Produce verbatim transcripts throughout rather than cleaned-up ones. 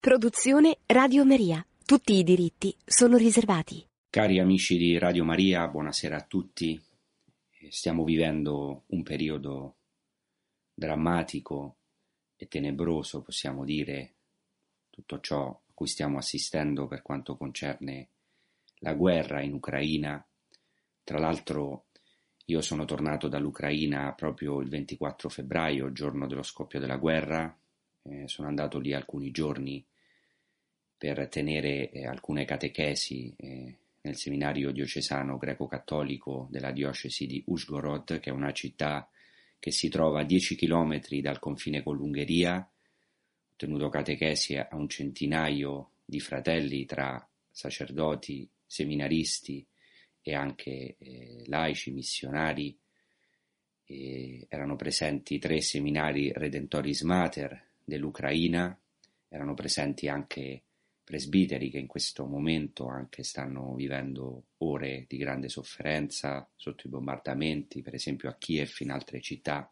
Produzione Radio Maria. Tutti i diritti sono riservati. Cari amici di Radio Maria, buonasera a tutti. Stiamo vivendo un periodo drammatico e tenebroso, possiamo dire, tutto ciò a cui stiamo assistendo per quanto concerne la guerra in Ucraina. Tra l'altro io sono tornato dall'Ucraina proprio il ventiquattro febbraio, giorno dello scoppio della guerra. Eh, sono andato lì alcuni giorni per tenere eh, alcune catechesi eh, nel seminario diocesano greco-cattolico della diocesi di Užhorod, che è una città che si trova a dieci chilometri dal confine con l'Ungheria. Ho tenuto catechesi a un centinaio di fratelli tra sacerdoti, seminaristi e anche eh, laici, missionari. E erano presenti tre seminari Redentoris Mater dell'Ucraina, erano presenti anche presbiteri che in questo momento anche stanno vivendo ore di grande sofferenza sotto i bombardamenti, per esempio a Kiev, in altre città.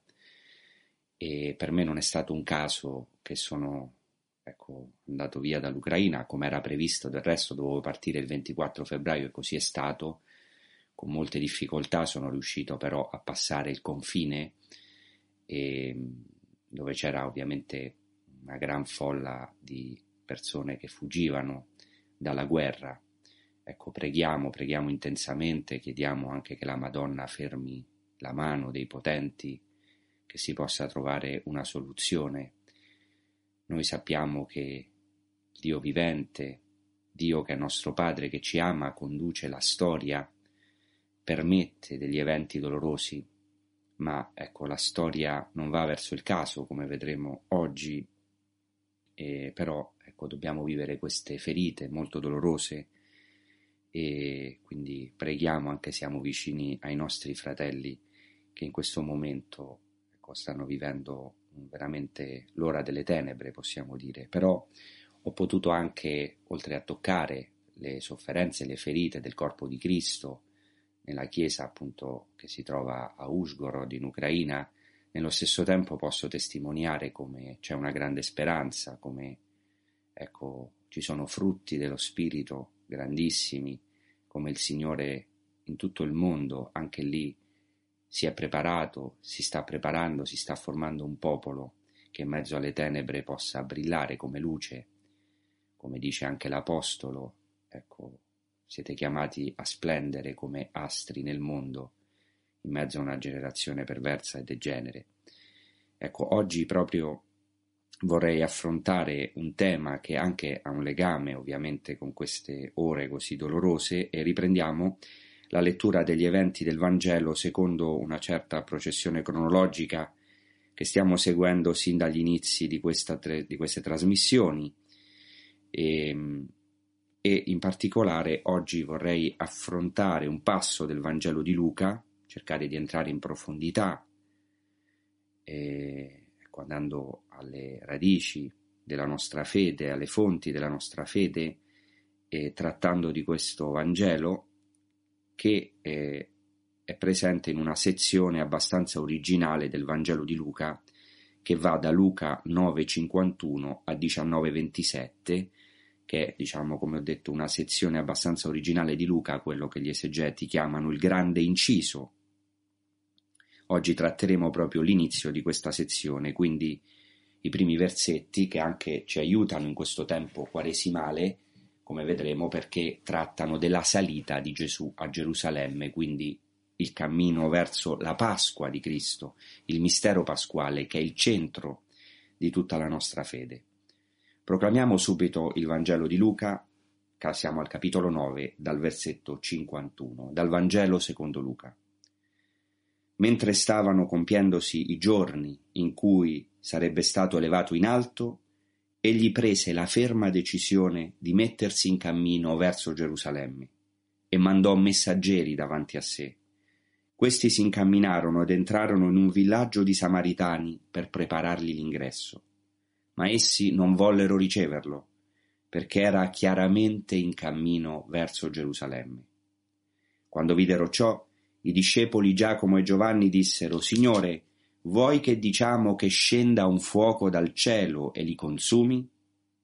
E per me non è stato un caso che sono ecco, andato via dall'Ucraina, come era previsto. Del resto dovevo partire il ventiquattro febbraio e così è stato. Con molte difficoltà sono riuscito però a passare il confine, e, dove c'era ovviamente una gran folla di persone che fuggivano dalla guerra. Ecco, preghiamo, preghiamo intensamente, chiediamo anche che la Madonna fermi la mano dei potenti, che si possa trovare una soluzione. Noi sappiamo che Dio vivente, Dio che è nostro Padre, che ci ama, conduce la storia, permette degli eventi dolorosi, ma ecco, la storia non va verso il caso, come vedremo oggi. Eh, però ecco, dobbiamo vivere queste ferite molto dolorose e quindi preghiamo, anche siamo vicini ai nostri fratelli che in questo momento ecco, stanno vivendo veramente l'ora delle tenebre, possiamo dire. Però ho potuto anche, oltre a toccare le sofferenze, le ferite del corpo di Cristo nella chiesa appunto che si trova a Užhorod in Ucraina, nello stesso tempo posso testimoniare come c'è una grande speranza, come ecco, ci sono frutti dello Spirito grandissimi, come il Signore in tutto il mondo, anche lì, si è preparato, si sta preparando, si sta formando un popolo che in mezzo alle tenebre possa brillare come luce, come dice anche l'Apostolo, ecco, siete chiamati a splendere come astri nel mondo, in mezzo a una generazione perversa e degenere. Ecco, oggi proprio vorrei affrontare un tema che anche ha un legame ovviamente con queste ore così dolorose, e riprendiamo la lettura degli eventi del Vangelo secondo una certa processione cronologica che stiamo seguendo sin dagli inizi di, questa, di queste trasmissioni, e, e in particolare oggi vorrei affrontare un passo del Vangelo di Luca, cercare di entrare in profondità, eh, ecco, andando alle radici della nostra fede, alle fonti della nostra fede, e trattando di questo Vangelo che eh, è presente in una sezione abbastanza originale del Vangelo di Luca, che va da Luca nove cinquantuno a diciannove ventisette, che è, diciamo, come ho detto, una sezione abbastanza originale di Luca, quello che gli esegeti chiamano il grande inciso. Oggi tratteremo proprio l'inizio di questa sezione, quindi i primi versetti che anche ci aiutano in questo tempo quaresimale, come vedremo, perché trattano della salita di Gesù a Gerusalemme, quindi il cammino verso la Pasqua di Cristo, il mistero pasquale che è il centro di tutta la nostra fede. Proclamiamo subito il Vangelo di Luca, siamo al capitolo nove, dal versetto cinquantuno, dal Vangelo secondo Luca. Mentre stavano compiendosi i giorni in cui sarebbe stato elevato in alto, egli prese la ferma decisione di mettersi in cammino verso Gerusalemme e mandò messaggeri davanti a sé. Questi si incamminarono ed entrarono in un villaggio di Samaritani per preparargli l'ingresso, ma essi non vollero riceverlo, perché era chiaramente in cammino verso Gerusalemme. Quando videro ciò, i discepoli Giacomo e Giovanni dissero: Signore, vuoi che diciamo che scenda un fuoco dal cielo e li consumi?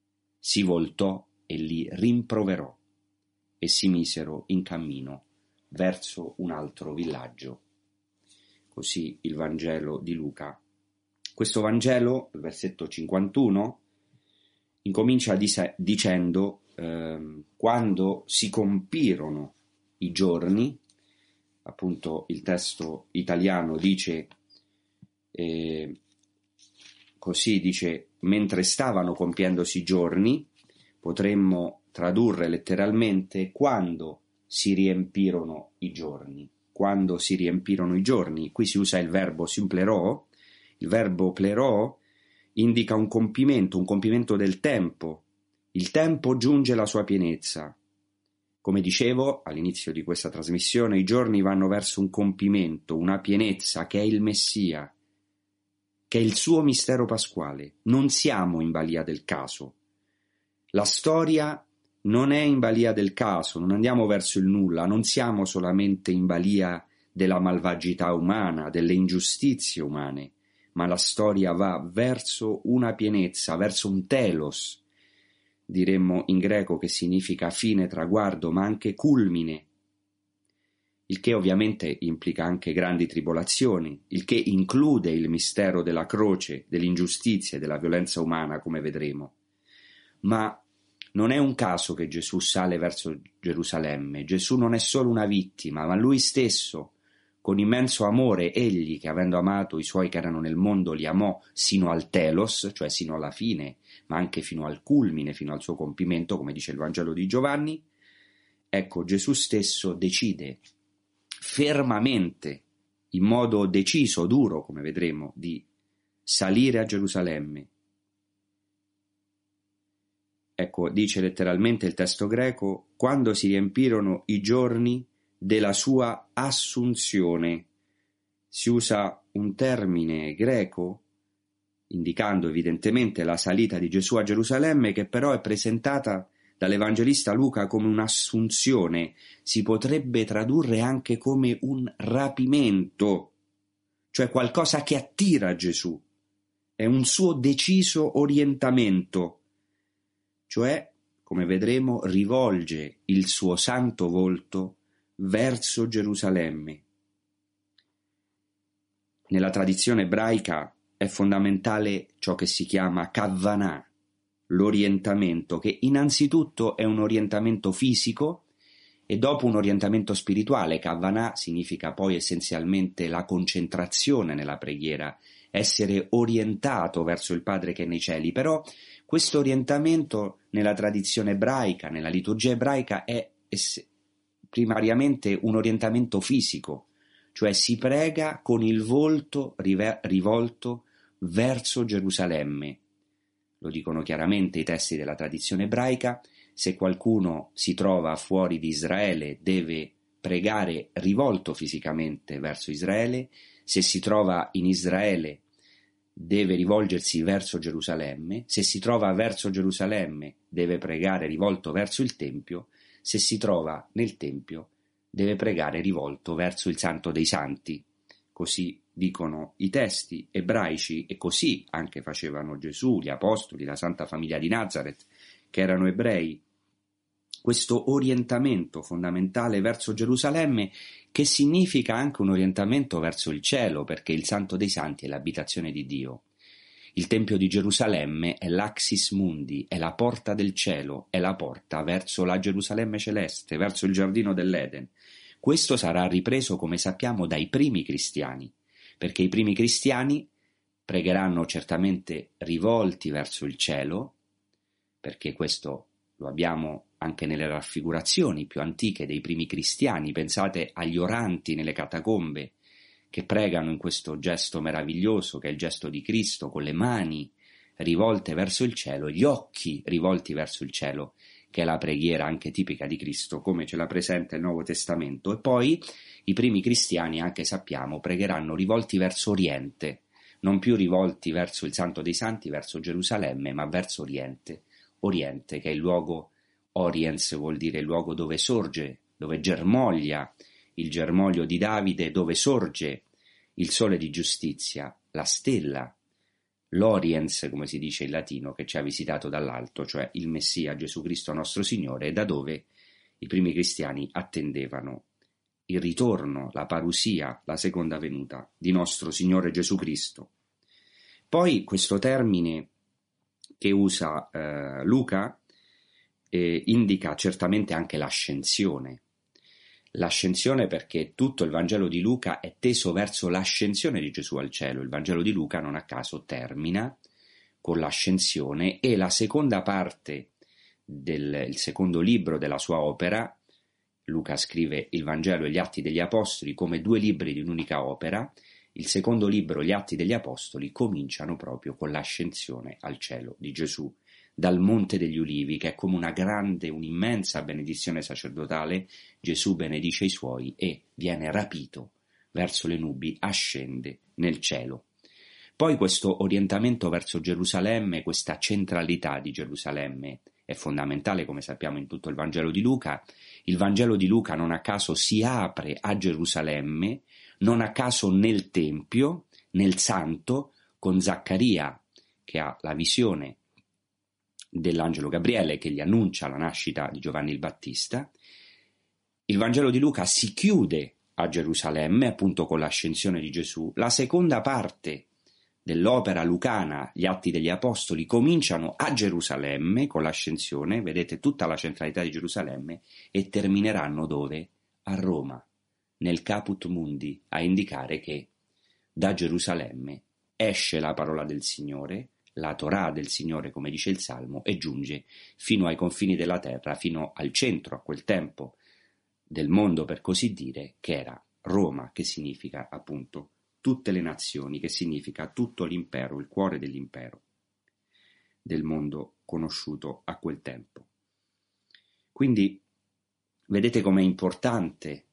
si voltò e li rimproverò e si misero in cammino verso un altro villaggio. Così il Vangelo di Luca. Questo Vangelo, il versetto cinquantuno, incomincia dise- dicendo eh, quando si compirono i giorni, appunto il testo italiano dice eh, così, dice mentre stavano compiendosi i giorni, potremmo tradurre letteralmente quando si riempirono i giorni. Quando si riempirono i giorni, qui si usa il verbo simplerò. Il verbo plerò indica un compimento, un compimento del tempo. Il tempo giunge alla sua pienezza. Come dicevo all'inizio di questa trasmissione, i giorni vanno verso un compimento, una pienezza che è il Messia, che è il suo mistero pasquale. Non siamo in balia del caso. La storia non è in balia del caso, non andiamo verso il nulla, non siamo solamente in balia della malvagità umana, delle ingiustizie umane, ma la storia va verso una pienezza, verso un telos, diremmo in greco, che significa fine, traguardo, ma anche culmine, il che ovviamente implica anche grandi tribolazioni, il che include il mistero della croce, dell'ingiustizia e della violenza umana, come vedremo. Ma non è un caso che Gesù sale verso Gerusalemme. Gesù non è solo una vittima, ma lui stesso, con immenso amore, egli che avendo amato i suoi che erano nel mondo li amò sino al telos, cioè sino alla fine, ma anche fino al culmine, fino al suo compimento, come dice il Vangelo di Giovanni. Ecco, Gesù stesso decide fermamente, in modo deciso, duro, come vedremo, di salire a Gerusalemme. Ecco, dice letteralmente il testo greco, quando si riempirono i giorni della sua assunzione. Si usa un termine greco indicando evidentemente la salita di Gesù a Gerusalemme, che però è presentata dall'Evangelista Luca come un'assunzione. Si potrebbe tradurre anche come un rapimento, cioè qualcosa che attira Gesù. È un suo deciso orientamento. Cioè, come vedremo, rivolge il suo santo volto verso Gerusalemme. Nella tradizione ebraica è fondamentale ciò che si chiama kavvanah, l'orientamento, che innanzitutto è un orientamento fisico e dopo un orientamento spirituale. Kavvanah significa poi essenzialmente la concentrazione nella preghiera, essere orientato verso il Padre che è nei cieli. Però questo orientamento nella tradizione ebraica, nella liturgia ebraica, è ess- primariamente un orientamento fisico, cioè si prega con il volto rive- rivolto verso Gerusalemme. Lo dicono chiaramente i testi della tradizione ebraica. Se qualcuno si trova fuori di Israele deve pregare rivolto fisicamente verso Israele, se si trova in Israele deve rivolgersi verso Gerusalemme, se si trova verso Gerusalemme deve pregare rivolto verso il Tempio, se si trova nel Tempio deve pregare rivolto verso il Santo dei Santi. Così dicono i testi ebraici e così anche facevano Gesù, gli Apostoli, la Santa Famiglia di Nazareth, che erano ebrei. Questo orientamento fondamentale verso Gerusalemme, che significa anche un orientamento verso il cielo, perché il Santo dei Santi è l'abitazione di Dio. Il Tempio di Gerusalemme è l'Axis Mundi, è la porta del cielo, è la porta verso la Gerusalemme celeste, verso il giardino dell'Eden. Questo sarà ripreso, come sappiamo, dai primi cristiani, perché i primi cristiani pregheranno certamente rivolti verso il cielo, perché questo lo abbiamo anche nelle raffigurazioni più antiche dei primi cristiani. Pensate agli oranti nelle catacombe che pregano in questo gesto meraviglioso che è il gesto di Cristo, con le mani rivolte verso il cielo, gli occhi rivolti verso il cielo, che è la preghiera anche tipica di Cristo, come ce la presenta il Nuovo Testamento. E poi i primi cristiani, anche sappiamo, pregheranno rivolti verso Oriente, non più rivolti verso il Santo dei Santi, verso Gerusalemme, ma verso Oriente. Oriente, che è il luogo, Oriens vuol dire il luogo dove sorge, dove germoglia il germoglio di Davide, dove sorge il sole di giustizia, la stella, l'Oriens, come si dice in latino, che ci ha visitato dall'alto, cioè il Messia Gesù Cristo nostro Signore, da dove i primi cristiani attendevano il ritorno, la parusia, la seconda venuta di nostro Signore Gesù Cristo. Poi questo termine che usa eh, Luca eh, indica certamente anche l'ascensione. L'ascensione perché tutto il Vangelo di Luca è teso verso l'ascensione di Gesù al cielo. Il Vangelo di Luca, non a caso, termina con l'ascensione, e la seconda parte del il secondo libro della sua opera, Luca scrive il Vangelo e gli Atti degli Apostoli come due libri di un'unica opera. Il secondo libro, gli Atti degli Apostoli, cominciano proprio con l'ascensione al cielo di Gesù dal Monte degli Ulivi, che è come una grande, un'immensa benedizione sacerdotale. Gesù benedice i suoi e viene rapito verso le nubi, ascende nel cielo. Poi questo orientamento verso Gerusalemme, questa centralità di Gerusalemme è fondamentale, come sappiamo, in tutto il Vangelo di Luca. Il Vangelo di Luca non a caso si apre a Gerusalemme, non a caso nel Tempio, nel Santo, con Zaccaria che ha la visione dell'angelo Gabriele che gli annuncia la nascita di Giovanni il Battista. Il Vangelo di Luca si chiude a Gerusalemme, appunto con l'ascensione di Gesù. La seconda parte dell'opera lucana, gli Atti degli Apostoli, cominciano a Gerusalemme con l'ascensione, vedete tutta la centralità di Gerusalemme, e termineranno dove? A Roma, nel Caput Mundi, a indicare che da Gerusalemme esce la parola del Signore, la Torah del Signore, come dice il Salmo, e giunge fino ai confini della terra, fino al centro, a quel tempo del mondo, per così dire, che era Roma, che significa appunto tutte le nazioni, che significa tutto l'impero, il cuore dell'impero del mondo conosciuto a quel tempo. Quindi vedete com'è importante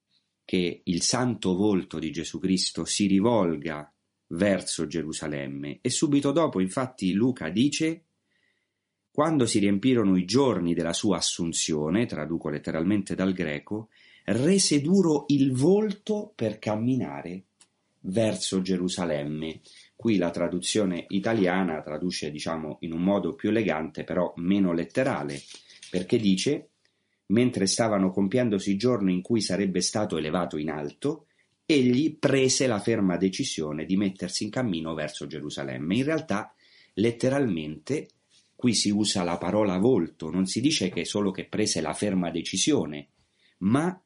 che il santo volto di Gesù Cristo si rivolga verso Gerusalemme, e subito dopo, infatti, Luca dice: quando si riempirono i giorni della sua assunzione, traduco letteralmente dal greco, rese duro il volto per camminare verso Gerusalemme. Qui la traduzione italiana traduce, diciamo, in un modo più elegante, però meno letterale, perché dice: mentre stavano compiendosi i giorni in cui sarebbe stato elevato in alto, egli prese la ferma decisione di mettersi in cammino verso Gerusalemme. In realtà, letteralmente, qui si usa la parola volto, non si dice che solo che prese la ferma decisione, ma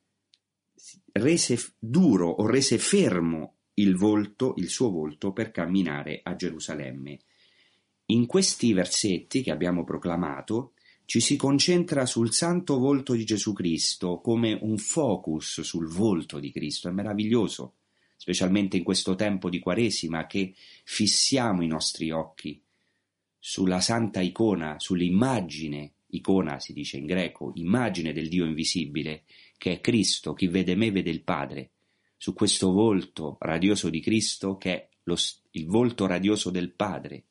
rese duro o rese fermo il volto, il suo volto, per camminare a Gerusalemme. In questi versetti che abbiamo proclamato ci si concentra sul santo volto di Gesù Cristo, come un focus sul volto di Cristo. È meraviglioso, specialmente in questo tempo di Quaresima, che fissiamo i nostri occhi sulla santa icona, sull'immagine, icona si dice in greco, immagine del Dio invisibile, che è Cristo. Chi vede me vede il Padre. Su questo volto radioso di Cristo, che è lo, il volto radioso del Padre.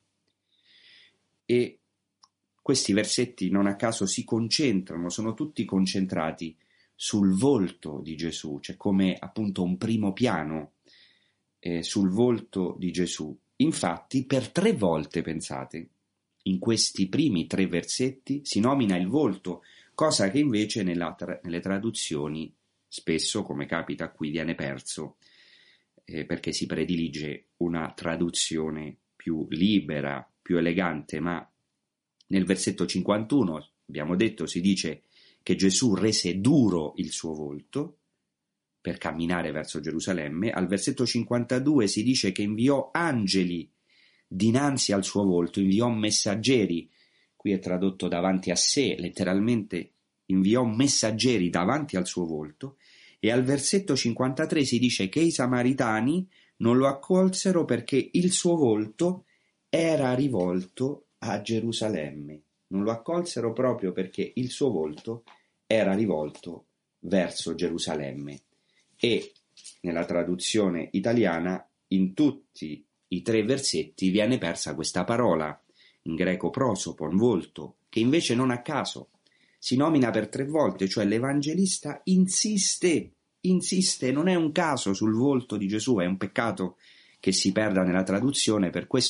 E questi versetti non a caso si concentrano, sono tutti concentrati sul volto di Gesù, c'è come appunto un primo piano eh, sul volto di Gesù. Infatti, per tre volte, pensate, in questi primi tre versetti si nomina il volto, cosa che invece nella tra- nelle traduzioni spesso, come capita qui, viene perso, eh, perché si predilige una traduzione più libera, più elegante, ma nel versetto cinquantuno, abbiamo detto, si dice che Gesù rese duro il suo volto per camminare verso Gerusalemme. Al versetto cinquantadue si dice che inviò angeli dinanzi al suo volto, inviò messaggeri, qui è tradotto davanti a sé, letteralmente inviò messaggeri davanti al suo volto. E al versetto cinquantatré si dice che i samaritani non lo accolsero perché il suo volto era rivolto a Gerusalemme. Non lo accolsero proprio perché il suo volto era rivolto verso Gerusalemme. E nella traduzione italiana, in tutti i tre versetti, viene persa questa parola, in greco prosopon, volto, che invece non a caso si nomina per tre volte, cioè l'Evangelista insiste, insiste, non è un caso sul volto di Gesù, è un peccato che si perda nella traduzione, per questo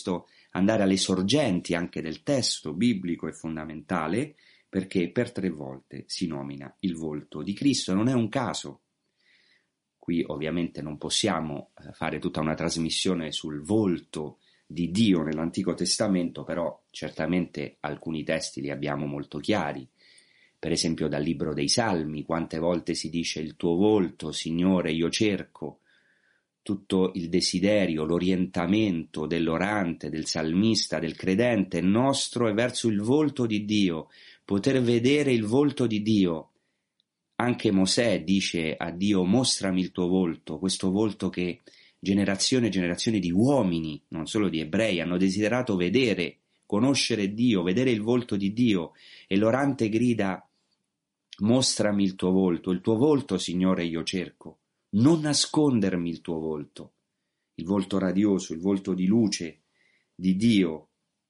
andare alle sorgenti anche del testo biblico è fondamentale, perché per tre volte si nomina il volto di Cristo. Non è un caso. Qui ovviamente non possiamo fare tutta una trasmissione sul volto di Dio nell'Antico Testamento, però certamente alcuni testi li abbiamo molto chiari. Per esempio dal libro dei Salmi, quante volte si dice il tuo volto, Signore, io cerco. Tutto il desiderio, l'orientamento dell'orante, del salmista, del credente nostro è verso il volto di Dio, poter vedere il volto di Dio. Anche Mosè dice a Dio: mostrami il tuo volto, questo volto che generazione e generazione di uomini, non solo di ebrei, hanno desiderato vedere, conoscere Dio, vedere il volto di Dio, e l'orante grida: mostrami il tuo volto, il tuo volto, Signore, io cerco, non nascondermi il tuo volto, il volto radioso, il volto di luce di Dio.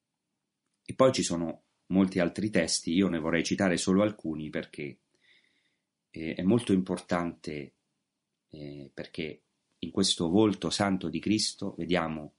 E poi ci sono molti altri testi, io ne vorrei citare solo alcuni perché eh, è molto importante, eh, perché in questo volto santo di Cristo vediamo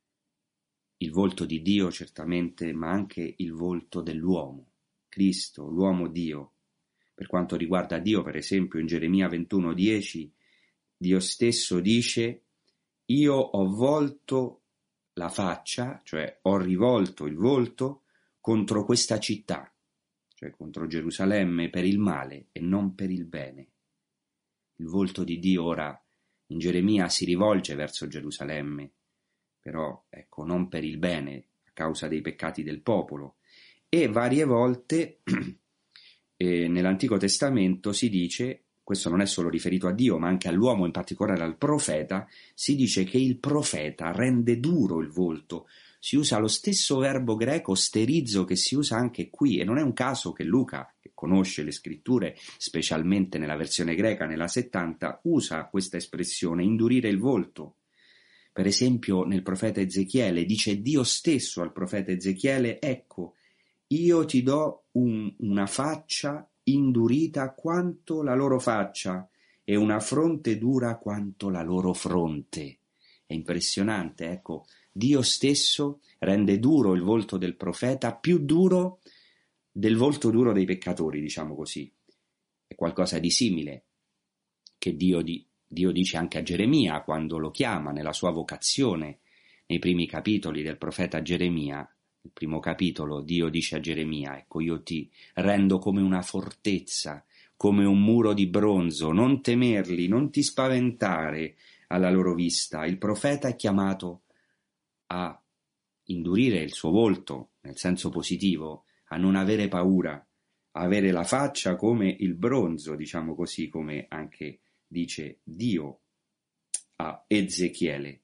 il volto di Dio certamente, ma anche il volto dell'uomo, Cristo, l'uomo Dio. Per quanto riguarda Dio, per esempio, in Geremia ventuno dieci, Dio stesso dice: io ho volto la faccia, cioè ho rivolto il volto contro questa città, cioè contro Gerusalemme, per il male e non per il bene. Il volto di Dio ora in Geremia si rivolge verso Gerusalemme, però ecco, non per il bene, a causa dei peccati del popolo. E varie volte eh, nell'Antico Testamento si dice, questo non è solo riferito a Dio, ma anche all'uomo, in particolare al profeta, si dice che il profeta rende duro il volto. Si usa lo stesso verbo greco sterizzo che si usa anche qui, e non è un caso che Luca, che conosce le scritture, specialmente nella versione greca, nella settanta, usa questa espressione, indurire il volto. Per esempio nel profeta Ezechiele dice Dio stesso al profeta Ezechiele: ecco, io ti do un, una faccia indurita quanto la loro faccia e una fronte dura quanto la loro fronte. È impressionante, ecco, Dio stesso rende duro il volto del profeta, più duro del volto duro dei peccatori, diciamo così. È qualcosa di simile che Dio, di, Dio dice anche a Geremia quando lo chiama nella sua vocazione. Nei primi capitoli del profeta Geremia, il primo capitolo, Dio dice a Geremia: ecco, io ti rendo come una fortezza, come un muro di bronzo, non temerli, non ti spaventare alla loro vista. Il profeta è chiamato a indurire il suo volto, nel senso positivo, a non avere paura, a avere la faccia come il bronzo, diciamo così, come anche dice Dio a Ezechiele.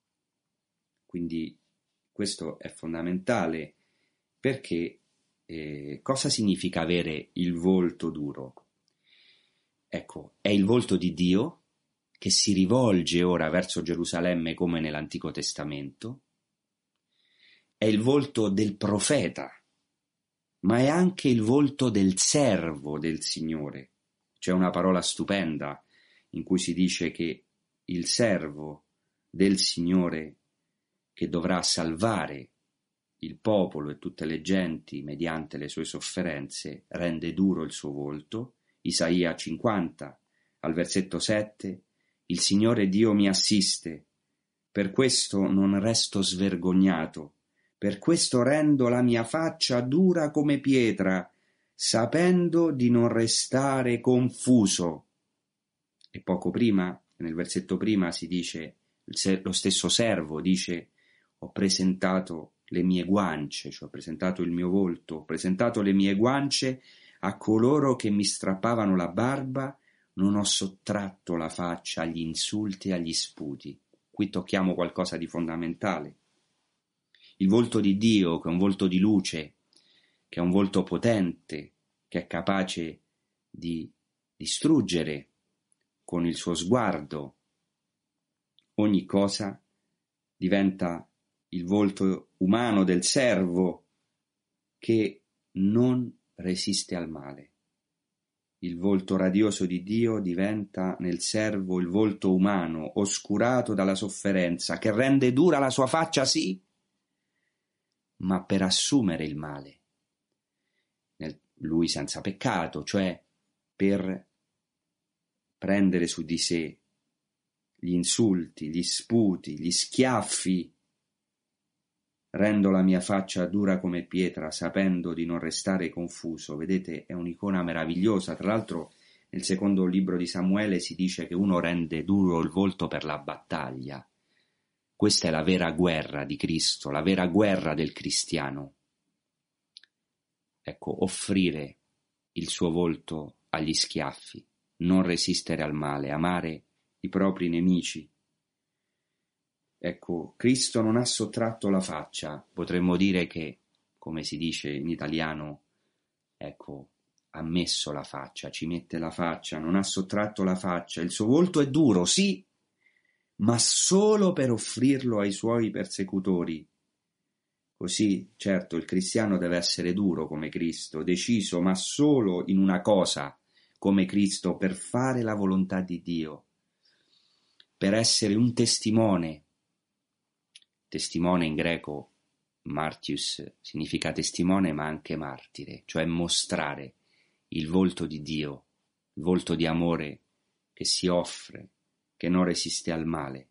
Quindi questo è fondamentale, perché eh, cosa significa avere il volto duro? Ecco, è il volto di Dio che si rivolge ora verso Gerusalemme come nell'Antico Testamento, è il volto del profeta, ma è anche il volto del servo del Signore. C'è una parola stupenda in cui si dice che il servo del Signore, che dovrà salvare il popolo e tutte le genti mediante le sue sofferenze, rende duro il suo volto. Isaia cinquanta, al versetto sette, il Signore Dio mi assiste, per questo non resto svergognato, per questo rendo la mia faccia dura come pietra, sapendo di non restare confuso. E poco prima, nel versetto prima, si dice, lo stesso servo dice: ho presentato le mie guance, cioè ho presentato il mio volto, ho presentato le mie guance a coloro che mi strappavano la barba, non ho sottratto la faccia agli insulti e agli sputi. Qui tocchiamo qualcosa di fondamentale. Il volto di Dio, che è un volto di luce, che è un volto potente, che è capace di distruggere con il suo sguardo ogni cosa, diventa il volto umano del servo che non resiste al male. Il volto radioso di Dio diventa nel servo il volto umano, oscurato dalla sofferenza, che rende dura la sua faccia, sì, ma per assumere il male. Lui senza peccato, cioè per prendere su di sé gli insulti, gli sputi, gli schiaffi. Rendo la mia faccia dura come pietra, sapendo di non restare confuso. Vedete, è un'icona meravigliosa. Tra l'altro, nel secondo libro di Samuele si dice che uno rende duro il volto per la battaglia. Questa è la vera guerra di Cristo, la vera guerra del cristiano. Ecco, offrire il suo volto agli schiaffi, non resistere al male, amare i propri nemici. Ecco, Cristo non ha sottratto la faccia, potremmo dire che, come si dice in italiano, ecco, ha messo la faccia, ci mette la faccia, non ha sottratto la faccia. Il suo volto è duro, sì, ma solo per offrirlo ai suoi persecutori. Così, certo, il cristiano deve essere duro come Cristo, deciso, ma solo in una cosa, come Cristo, per fare la volontà di Dio, per essere un testimone. Testimone in greco, martius, significa testimone ma anche martire, cioè mostrare il volto di Dio, il volto di amore che si offre, che non resiste al male.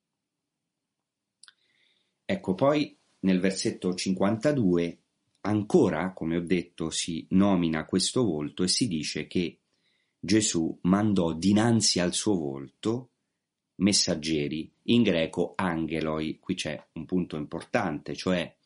Ecco, poi nel versetto cinquantadue ancora, come ho detto, si nomina questo volto e si dice che Gesù mandò dinanzi al suo volto messaggeri, in greco angeloi. Qui c'è un punto importante, cioè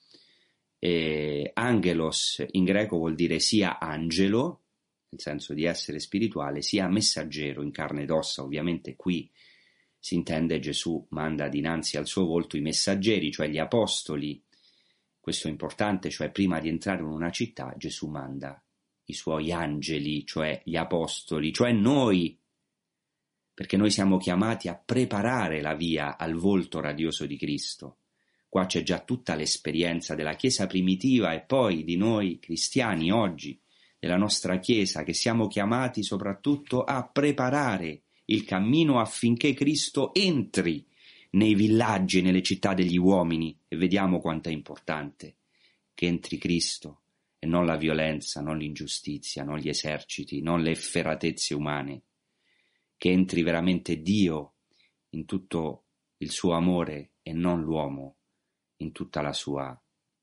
eh, angelos in greco vuol dire sia angelo, nel senso di essere spirituale, sia messaggero in carne ed ossa. Ovviamente qui si intende Gesù manda dinanzi al suo volto i messaggeri, cioè gli apostoli. Questo è importante, cioè prima di entrare in una città Gesù manda i suoi angeli, cioè gli apostoli, cioè noi, perché noi siamo chiamati a preparare la via al volto radioso di Cristo. Qua c'è già tutta l'esperienza della Chiesa primitiva e poi di noi cristiani oggi, della nostra Chiesa, che siamo chiamati soprattutto a preparare il cammino affinché Cristo entri nei villaggi e nelle città degli uomini, e vediamo quanto è importante che entri Cristo e non la violenza, non l'ingiustizia, non gli eserciti, non le efferatezze umane, che entri veramente Dio in tutto il suo amore e non l'uomo in tutta la sua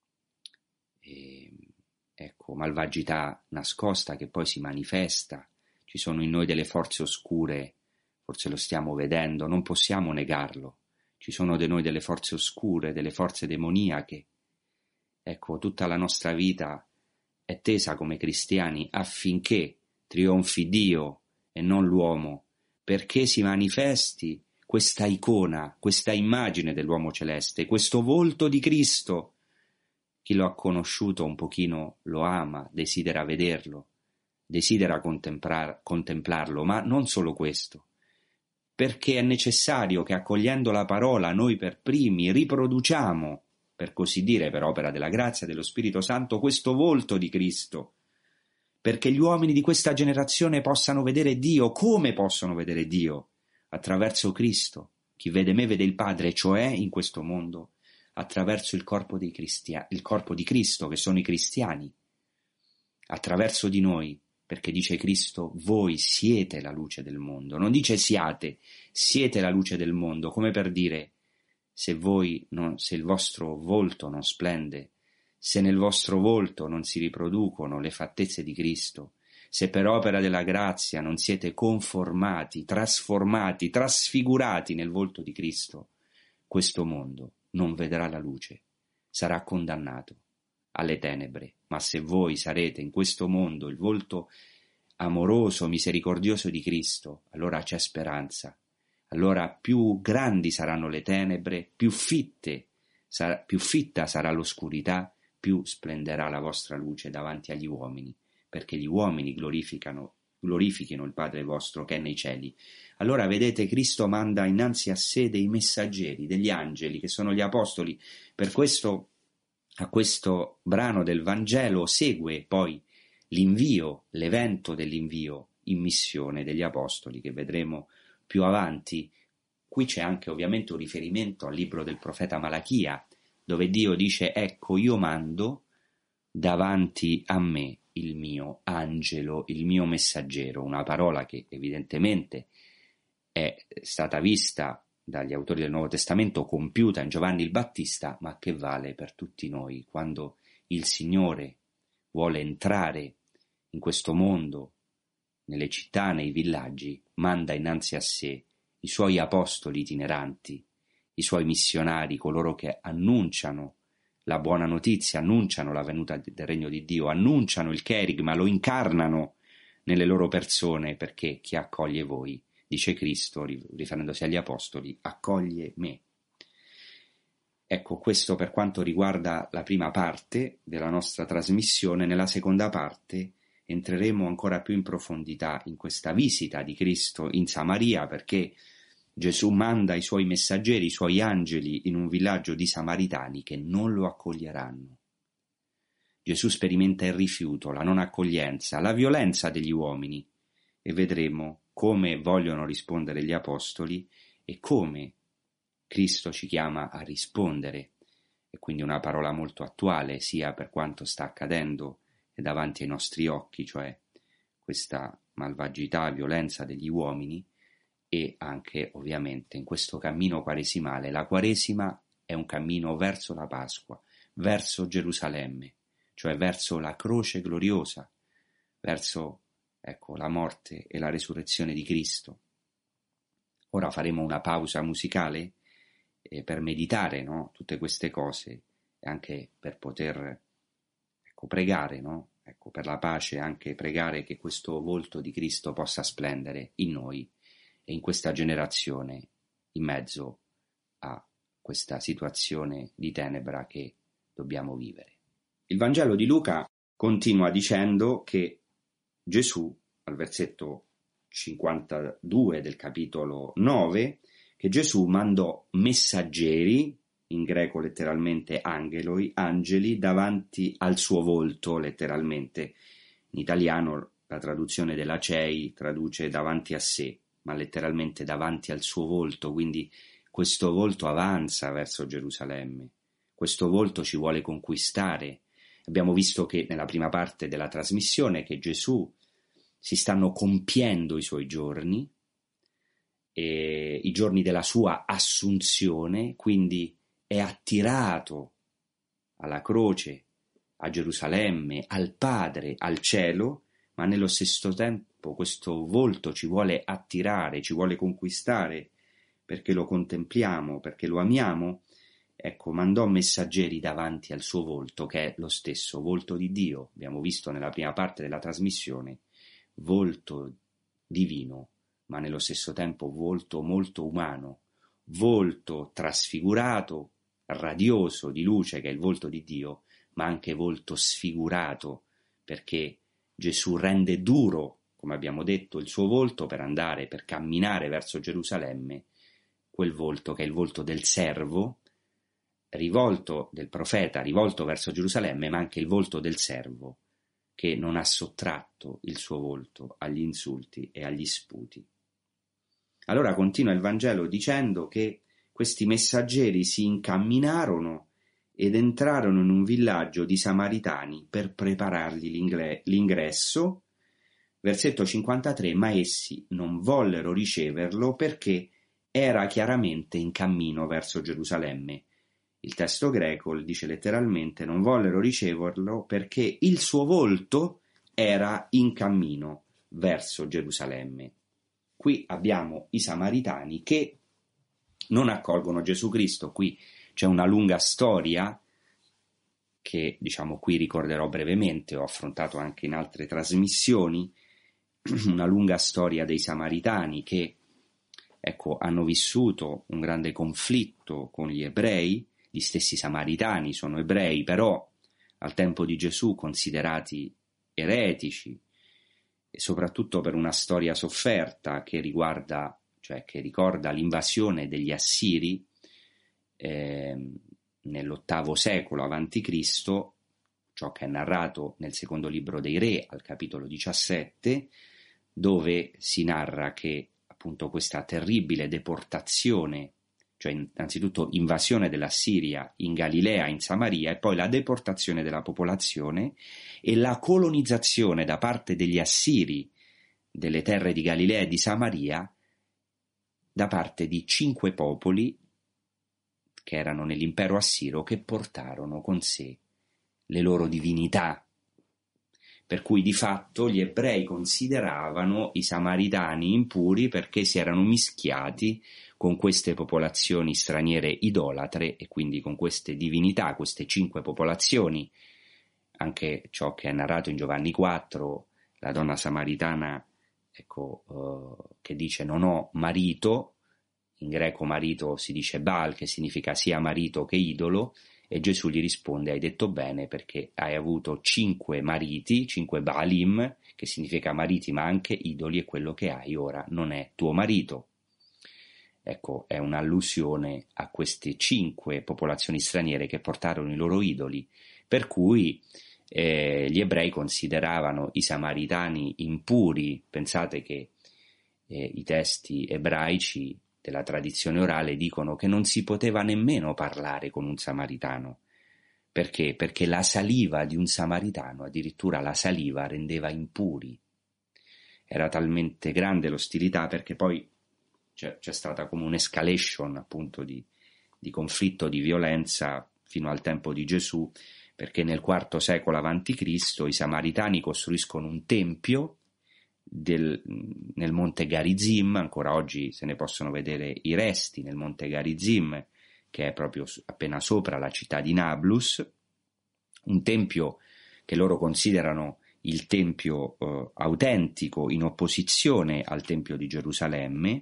eh, ecco, malvagità nascosta che poi si manifesta. Ci sono in noi delle forze oscure, forse lo stiamo vedendo, non possiamo negarlo. Ci sono di noi delle forze oscure, delle forze demoniache. Ecco, tutta la nostra vita è tesa come cristiani affinché trionfi Dio e non l'uomo, perché si manifesti questa icona, questa immagine dell'uomo celeste, questo volto di Cristo. Chi lo ha conosciuto un pochino lo ama, desidera vederlo, desidera contemplar, contemplarlo, ma non solo questo, perché è necessario che accogliendo la parola noi per primi riproduciamo, per così dire, per opera della grazia dello Spirito Santo, questo volto di Cristo, perché gli uomini di questa generazione possano vedere Dio. Come possono vedere Dio? Attraverso Cristo. Chi vede me vede il Padre, cioè in questo mondo attraverso il corpo dei cristiani, il corpo di Cristo, che sono i cristiani, attraverso di noi, perché dice Cristo, voi siete la luce del mondo, non dice siate, siete la luce del mondo, come per dire, se voi non, se il vostro volto non splende, se nel vostro volto non si riproducono le fattezze di Cristo, se per opera della grazia non siete conformati, trasformati, trasfigurati nel volto di Cristo, questo mondo non vedrà la luce, sarà condannato alle tenebre. Ma se voi sarete in questo mondo il volto amoroso, misericordioso di Cristo, allora c'è speranza. Allora più grandi saranno le tenebre, più fitte, sarà, più fitta sarà l'oscurità, più splenderà la vostra luce davanti agli uomini, perché gli uomini glorificano, glorifichino il Padre vostro che è nei cieli. Allora vedete, Cristo manda innanzi a sé dei messaggeri, degli angeli, che sono gli apostoli. Per questo a questo brano del Vangelo segue poi l'invio, l'evento dell'invio in missione degli apostoli, che vedremo più avanti. Qui c'è anche ovviamente un riferimento al libro del profeta Malachia, dove Dio dice: ecco, io mando davanti a me il mio angelo, il mio messaggero, una parola che evidentemente è stata vista dagli autori del Nuovo Testamento compiuta in Giovanni il Battista, ma che vale per tutti noi. Quando il Signore vuole entrare in questo mondo, nelle città, nei villaggi, manda innanzi a sé i suoi apostoli itineranti, i suoi missionari, coloro che annunciano la buona notizia, annunciano la venuta del regno di Dio, annunciano il Cherigma, lo incarnano nelle loro persone, perché chi accoglie voi, dice Cristo, riferendosi agli apostoli, accoglie me. Ecco, questo per quanto riguarda la prima parte della nostra trasmissione. Nella seconda parte entreremo ancora più in profondità in questa visita di Cristo in Samaria, perché Gesù manda i suoi messaggeri, i suoi angeli in un villaggio di Samaritani che non lo accoglieranno. Gesù sperimenta il rifiuto, la non accoglienza, la violenza degli uomini, e vedremo come vogliono rispondere gli apostoli e come Cristo ci chiama a rispondere. E quindi una parola molto attuale sia per quanto sta accadendo e davanti ai nostri occhi, cioè questa malvagità, violenza degli uomini, e anche ovviamente in questo cammino quaresimale. La Quaresima è un cammino verso la Pasqua, verso Gerusalemme, cioè verso la croce gloriosa, verso ecco la morte e la resurrezione di Cristo. Ora faremo una pausa musicale eh, per meditare, no, tutte queste cose, e anche per poter ecco pregare, no? Ecco, per la pace, anche pregare che questo volto di Cristo possa splendere in noi e in questa generazione, in mezzo a questa situazione di tenebra che dobbiamo vivere. Il Vangelo di Luca continua dicendo che Gesù, al versetto cinquantadue del capitolo nove, che Gesù mandò messaggeri, in greco letteralmente angeloi, angeli, davanti al suo volto, letteralmente. In italiano la traduzione della C E I traduce davanti a sé, ma letteralmente davanti al suo volto, quindi questo volto avanza verso Gerusalemme, questo volto ci vuole conquistare. Abbiamo visto che nella prima parte della trasmissione che Gesù si stanno compiendo i suoi giorni, e i giorni della sua assunzione, quindi è attirato alla croce, a Gerusalemme, al Padre, al cielo, ma nello stesso tempo questo volto ci vuole attirare, ci vuole conquistare, perché lo contempliamo, perché lo amiamo. Ecco, mandò messaggeri davanti al suo volto, che è lo stesso volto di Dio. Abbiamo visto nella prima parte della trasmissione, volto divino, ma nello stesso tempo volto molto umano, volto trasfigurato, radioso di luce, che è il volto di Dio, ma anche volto sfigurato, perché Gesù rende duro, come abbiamo detto, il suo volto per andare, per camminare verso Gerusalemme, quel volto che è il volto del servo, rivolto del profeta, rivolto verso Gerusalemme, ma anche il volto del servo, che non ha sottratto il suo volto agli insulti e agli sputi. Allora continua il Vangelo dicendo che questi messaggeri si incamminarono ed entrarono in un villaggio di Samaritani per preparargli l'ingre- l'ingresso. Versetto cinquantatré, ma essi non vollero riceverlo perché era chiaramente in cammino verso Gerusalemme. Il testo greco dice letteralmente: non vollero riceverlo perché il suo volto era in cammino verso Gerusalemme. Qui abbiamo i Samaritani che non accolgono Gesù Cristo. Qui c'è una lunga storia che, diciamo, qui ricorderò brevemente, ho affrontato anche in altre trasmissioni, una lunga storia dei Samaritani che, ecco, hanno vissuto un grande conflitto con gli ebrei. Gli stessi Samaritani sono ebrei, però al tempo di Gesù considerati eretici, e soprattutto per una storia sofferta che riguarda, cioè che ricorda l'invasione degli Assiri eh, nell'ottavo secolo avanti Cristo, ciò che è narrato nel secondo libro dei Re al capitolo diciassette, dove si narra che appunto questa terribile deportazione cioè innanzitutto invasione della Siria in Galilea, in Samaria, e poi la deportazione della popolazione e la colonizzazione da parte degli Assiri delle terre di Galilea e di Samaria da parte di cinque popoli che erano nell'impero assiro, che portarono con sé le loro divinità. Per cui di fatto gli ebrei consideravano i samaritani impuri perché si erano mischiati con queste popolazioni straniere idolatre e quindi con queste divinità, queste cinque popolazioni. Anche ciò che è narrato in Giovanni quattro, la donna samaritana, ecco, eh, che dice non ho marito, in greco marito si dice Baal, che significa sia marito che idolo, e Gesù gli risponde: hai detto bene, perché hai avuto cinque mariti, cinque Baalim, che significa mariti ma anche idoli, e quello che hai ora non è tuo marito. Ecco, è un'allusione a queste cinque popolazioni straniere che portarono i loro idoli, per cui eh, gli ebrei consideravano i samaritani impuri. Pensate che eh, i testi ebraici della tradizione orale dicono che non si poteva nemmeno parlare con un samaritano. Perché? Perché la saliva di un samaritano, addirittura la saliva, rendeva impuri. Era talmente grande l'ostilità, perché poi c'è, c'è stata come un'escalation appunto di, di conflitto, di violenza fino al tempo di Gesù, perché nel quarto secolo avanti Cristo i samaritani costruiscono un tempio Del, nel monte Garizim. Ancora oggi se ne possono vedere i resti nel monte Garizim, che è proprio appena sopra la città di Nablus, un tempio che loro considerano il tempio eh, autentico, in opposizione al tempio di Gerusalemme.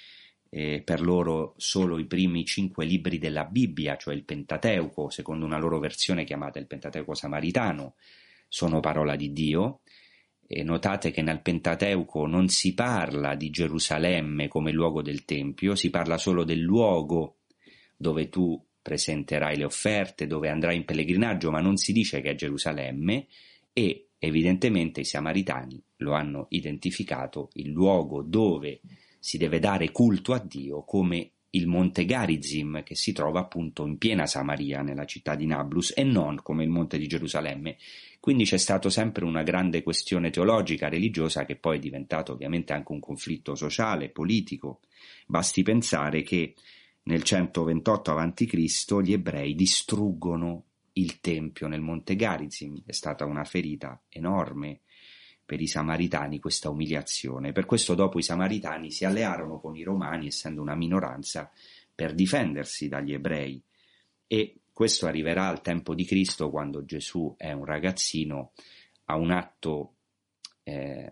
Eh, per loro solo i primi cinque libri della Bibbia, cioè il Pentateuco, secondo una loro versione chiamata il Pentateuco samaritano, sono parola di Dio. E notate che nel Pentateuco non si parla di Gerusalemme come luogo del Tempio, si parla solo del luogo dove tu presenterai le offerte, dove andrai in pellegrinaggio, ma non si dice che è Gerusalemme, e evidentemente i samaritani lo hanno identificato, il luogo dove si deve dare culto a Dio, come il monte Garizim, che si trova appunto in piena Samaria, nella città di Nablus, e non come il monte di Gerusalemme. Quindi c'è stato sempre una grande questione teologica, religiosa, che poi è diventato ovviamente anche un conflitto sociale, politico. Basti pensare che nel centoventotto avanti Cristo gli ebrei distruggono il tempio nel monte Garizim. È stata una ferita enorme per i samaritani questa umiliazione. Per questo dopo i samaritani si allearono con i romani, essendo una minoranza, per difendersi dagli ebrei. E questo arriverà al tempo di Cristo, quando Gesù è un ragazzino, ha un atto eh,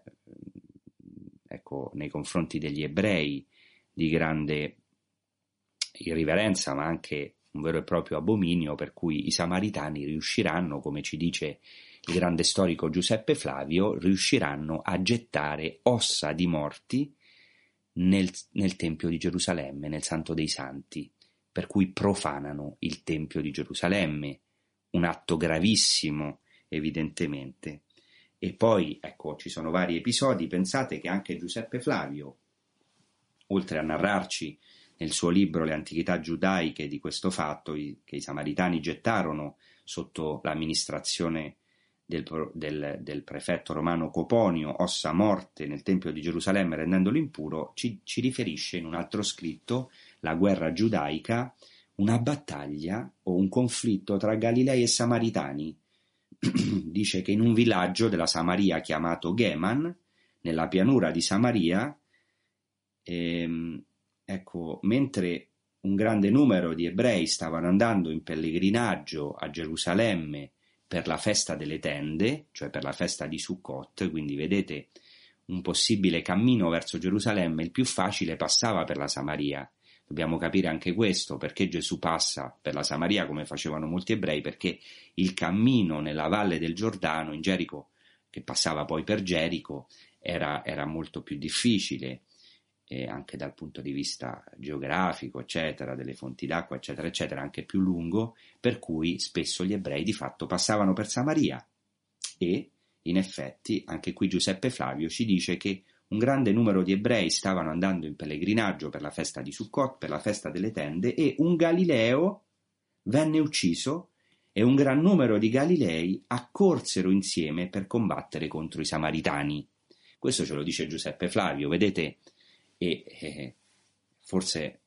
ecco, nei confronti degli ebrei di grande irriverenza, ma anche un vero e proprio abominio, per cui i samaritani riusciranno, come ci dice il grande storico Giuseppe Flavio, riusciranno a gettare ossa di morti nel, nel Tempio di Gerusalemme, nel Santo dei Santi, per cui profanano il Tempio di Gerusalemme, un atto gravissimo evidentemente. E poi, ecco, ci sono vari episodi. Pensate che anche Giuseppe Flavio, oltre a narrarci nel suo libro Le antichità giudaiche di questo fatto, che i samaritani gettarono sotto l'amministrazione del, del, del prefetto romano Coponio ossa morte nel Tempio di Gerusalemme, rendendolo impuro, ci, ci riferisce in un altro scritto, La guerra giudaica, una battaglia o un conflitto tra Galilei e Samaritani. Dice che in un villaggio della Samaria chiamato Geman, nella pianura di Samaria, ehm, ecco, mentre un grande numero di ebrei stavano andando in pellegrinaggio a Gerusalemme per la festa delle tende, cioè per la festa di Sukkot, quindi vedete un possibile cammino verso Gerusalemme, il più facile passava per la Samaria. Dobbiamo capire anche questo, perché Gesù passa per la Samaria come facevano molti ebrei, perché il cammino nella valle del Giordano, in Gerico, che passava poi per Gerico, era, era molto più difficile, eh, anche dal punto di vista geografico, eccetera, delle fonti d'acqua, eccetera, eccetera, anche più lungo, per cui spesso gli ebrei di fatto passavano per Samaria. E, in effetti, anche qui Giuseppe Flavio ci dice che un grande numero di ebrei stavano andando in pellegrinaggio per la festa di Sukkot, per la festa delle tende, e un Galileo venne ucciso e un gran numero di Galilei accorsero insieme per combattere contro i Samaritani. Questo ce lo dice Giuseppe Flavio, vedete, e eh, forse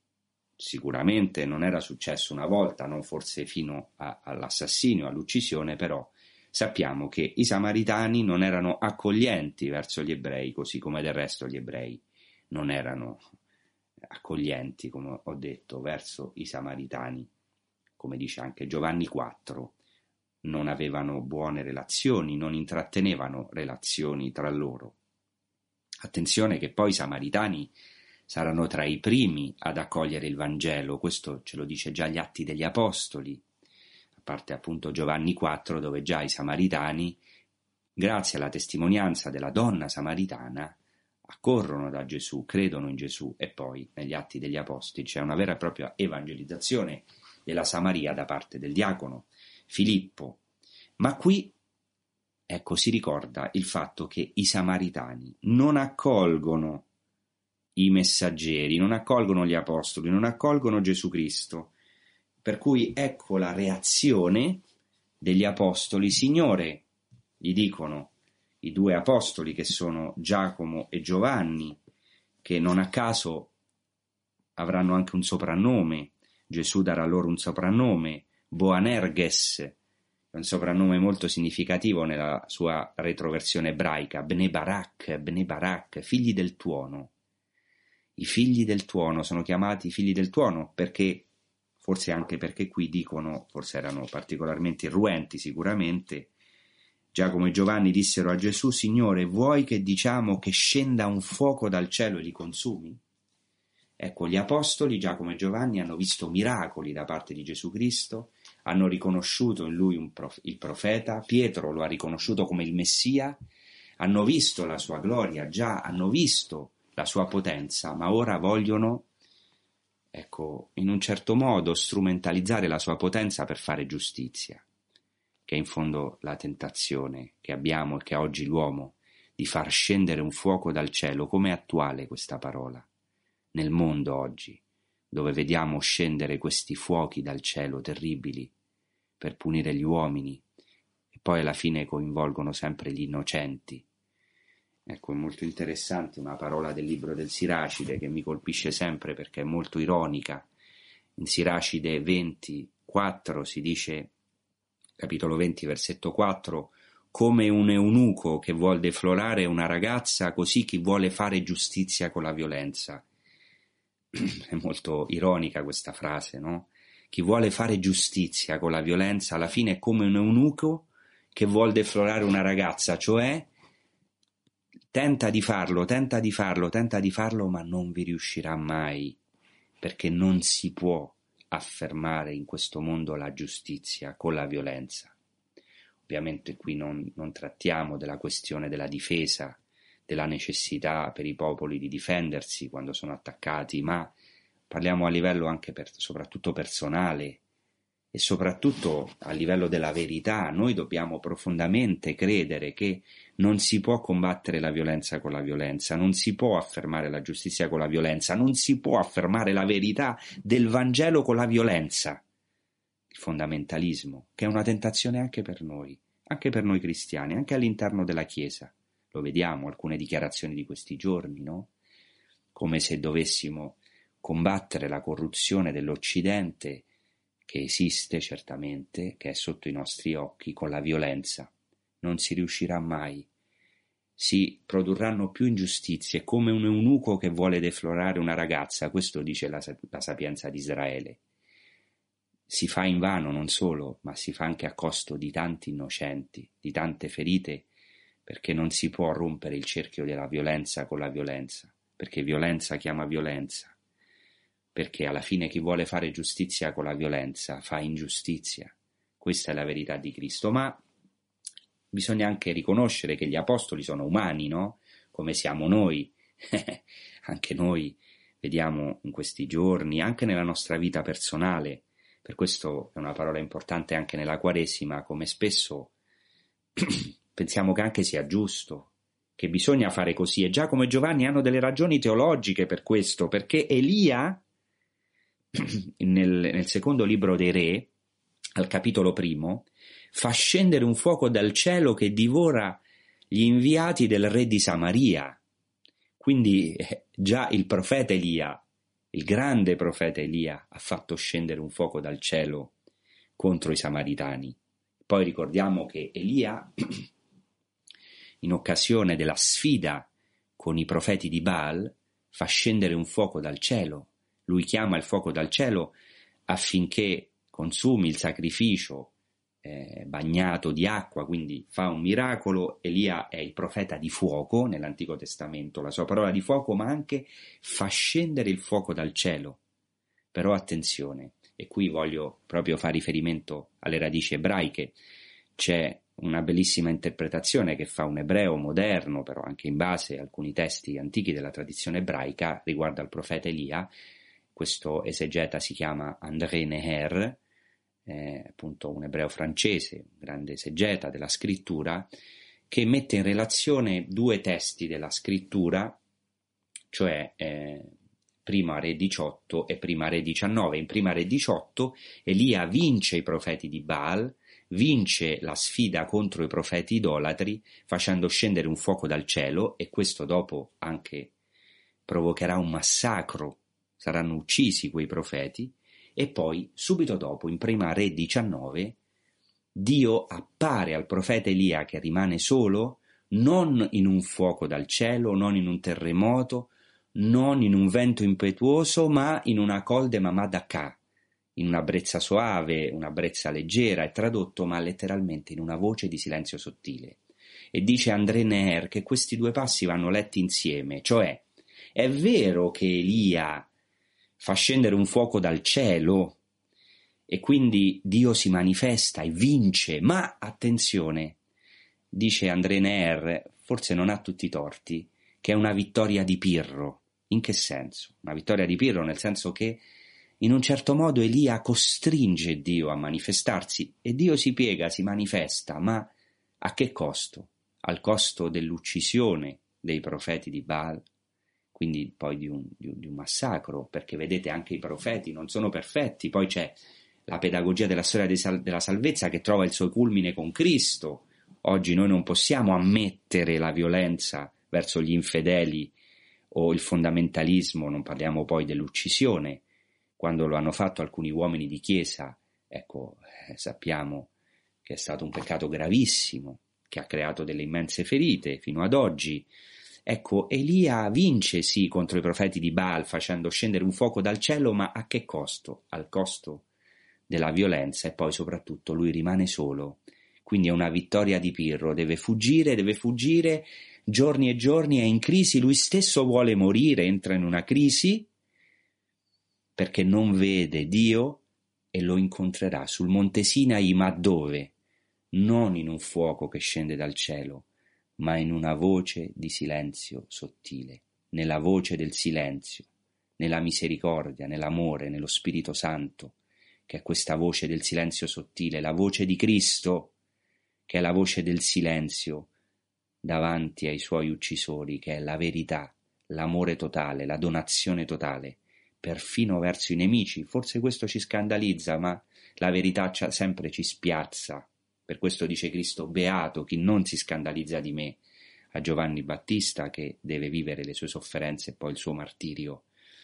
sicuramente non era successo una volta, non forse fino a, all'assassinio, all'uccisione, però sappiamo che i Samaritani non erano accoglienti verso gli ebrei, così come del resto gli ebrei non erano accoglienti, come ho detto, verso i Samaritani. Come dice anche Giovanni quattro, non avevano buone relazioni, non intrattenevano relazioni tra loro. Attenzione che poi i Samaritani saranno tra i primi ad accogliere il Vangelo, questo ce lo dice già gli Atti degli Apostoli, a parte appunto Giovanni quattro, dove già i Samaritani, grazie alla testimonianza della donna samaritana, accorrono da Gesù, credono in Gesù, e poi negli Atti degli Apostoli c'è una vera e propria evangelizzazione della Samaria da parte del diacono Filippo. Ma qui, ecco, si ricorda il fatto che i Samaritani non accolgono i messaggeri, non accolgono gli apostoli, non accolgono Gesù Cristo. Per cui ecco la reazione degli apostoli. Signore, gli dicono i due apostoli, che sono Giacomo e Giovanni, che non a caso avranno anche un soprannome. Gesù darà loro un soprannome, Boanerges, un soprannome molto significativo nella sua retroversione ebraica, Bnei Barak, Bnei Barak, figli del tuono. I figli del tuono sono chiamati figli del tuono perché, forse anche perché qui dicono, forse erano particolarmente irruenti sicuramente, Giacomo e Giovanni dissero a Gesù: Signore, vuoi che diciamo che scenda un fuoco dal cielo e li consumi? Ecco, gli apostoli Giacomo e Giovanni hanno visto miracoli da parte di Gesù Cristo, hanno riconosciuto in lui un prof- il profeta, Pietro lo ha riconosciuto come il Messia, hanno visto la sua gloria, già hanno visto la sua potenza, ma ora vogliono, ecco, in un certo modo strumentalizzare la sua potenza per fare giustizia, che è in fondo la tentazione che abbiamo e che ha oggi l'uomo, di far scendere un fuoco dal cielo. Com'è attuale questa parola nel mondo oggi, dove vediamo scendere questi fuochi dal cielo terribili per punire gli uomini e poi alla fine coinvolgono sempre gli innocenti. Ecco, è molto interessante una parola del libro del Siracide che mi colpisce sempre perché è molto ironica. In Siracide venti quattro si dice, capitolo venti, versetto quattro, come un eunuco che vuol deflorare una ragazza, così chi vuole fare giustizia con la violenza. È molto ironica questa frase, no? Chi vuole fare giustizia con la violenza alla fine è come un eunuco che vuol deflorare una ragazza, cioè tenta di farlo, tenta di farlo, tenta di farlo, ma non vi riuscirà mai, perché non si può affermare in questo mondo la giustizia con la violenza. Ovviamente qui non, non trattiamo della questione della difesa, della necessità per i popoli di difendersi quando sono attaccati, ma parliamo a livello anche per, soprattutto personale e soprattutto a livello della verità. Noi dobbiamo profondamente credere che non si può combattere la violenza con la violenza, non si può affermare la giustizia con la violenza, non si può affermare la verità del Vangelo con la violenza. Il fondamentalismo, che è una tentazione anche per noi, anche per noi cristiani, anche all'interno della Chiesa. Lo vediamo, alcune dichiarazioni di questi giorni, no? Come se dovessimo combattere la corruzione dell'Occidente, che esiste certamente, che è sotto i nostri occhi, con la violenza. Non si riuscirà mai. Si produrranno più ingiustizie, come un eunuco che vuole deflorare una ragazza, questo dice la, la Sapienza di Israele. Si fa invano non solo, ma si fa anche a costo di tanti innocenti, di tante ferite, perché non si può rompere il cerchio della violenza con la violenza, perché violenza chiama violenza, perché alla fine chi vuole fare giustizia con la violenza fa ingiustizia. Questa è la verità di Cristo, ma bisogna anche riconoscere che gli apostoli sono umani, no? Come siamo noi. Anche noi vediamo in questi giorni, anche nella nostra vita personale, per questo è una parola importante anche nella Quaresima, come spesso pensiamo che anche sia giusto che bisogna fare così, e Giacomo e Giovanni hanno delle ragioni teologiche per questo, perché Elia, nel, nel secondo libro dei Re, al capitolo primo, fa scendere un fuoco dal cielo che divora gli inviati del re di Samaria. Quindi eh, già il profeta Elia, il grande profeta Elia, ha fatto scendere un fuoco dal cielo contro i Samaritani. Poi ricordiamo che Elia, in occasione della sfida con i profeti di Baal, fa scendere un fuoco dal cielo. Lui chiama il fuoco dal cielo affinché consumi il sacrificio eh, bagnato di acqua, quindi fa un miracolo. Elia è il profeta di fuoco nell'Antico Testamento, la sua parola di fuoco, ma anche fa scendere il fuoco dal cielo. Però attenzione, e qui voglio proprio fare riferimento alle radici ebraiche. C'è una bellissima interpretazione che fa un ebreo moderno, però anche in base a alcuni testi antichi della tradizione ebraica, riguardo al profeta Elia. Questo esegeta si chiama André Neher, eh, appunto un ebreo francese, un grande esegeta della scrittura, che mette in relazione due testi della scrittura, cioè eh, Prima Re diciotto e Prima Re diciannove. In Prima Re diciotto Elia vince i profeti di Baal, vince la sfida contro i profeti idolatri facendo scendere un fuoco dal cielo, e questo dopo anche provocherà un massacro, saranno uccisi quei profeti. E poi subito dopo, in Prima Re diciannove, Dio appare al profeta Elia che rimane solo, non in un fuoco dal cielo, non in un terremoto, non in un vento impetuoso, ma in una col de Mamadaka, in una brezza soave, una brezza leggera, è tradotto, ma letteralmente in una voce di silenzio sottile. E dice André Neher che questi due passi vanno letti insieme, cioè è vero che Elia fa scendere un fuoco dal cielo e quindi Dio si manifesta e vince, ma attenzione, dice André Neher, forse non ha tutti i torti, che è una vittoria di Pirro. In che senso? Una vittoria di Pirro nel senso che in un certo modo Elia costringe Dio a manifestarsi e Dio si piega, si manifesta, ma a che costo? Al costo dell'uccisione dei profeti di Baal, quindi poi di un, di un, di un massacro, perché vedete anche i profeti non sono perfetti. Poi c'è la pedagogia della storia sal- della salvezza che trova il suo culmine con Cristo. Oggi noi non possiamo ammettere la violenza verso gli infedeli o il fondamentalismo, non parliamo poi dell'uccisione. Quando lo hanno fatto alcuni uomini di chiesa, ecco, eh, sappiamo che è stato un peccato gravissimo, che ha creato delle immense ferite fino ad oggi. Ecco, Elia vince sì contro i profeti di Baal facendo scendere un fuoco dal cielo, ma a che costo? Al costo della violenza, e poi soprattutto lui rimane solo. Quindi è una vittoria di Pirro, deve fuggire, deve fuggire giorni e giorni, è in crisi, lui stesso vuole morire, entra in una crisi perché non vede Dio e lo incontrerà sul monte Sinai, ma dove? Non in un fuoco che scende dal cielo, ma in una voce di silenzio sottile, nella voce del silenzio, nella misericordia, nell'amore, nello Spirito Santo, che è questa voce del silenzio sottile, la voce di Cristo, che è la voce del silenzio davanti ai suoi uccisori, che è la verità, l'amore totale, la donazione totale, perfino verso i nemici. Forse questo ci scandalizza, ma la verità sempre ci spiazza. Per questo dice Cristo: beato chi non si scandalizza di me, a Giovanni Battista, che deve vivere le sue sofferenze e poi il suo martirio.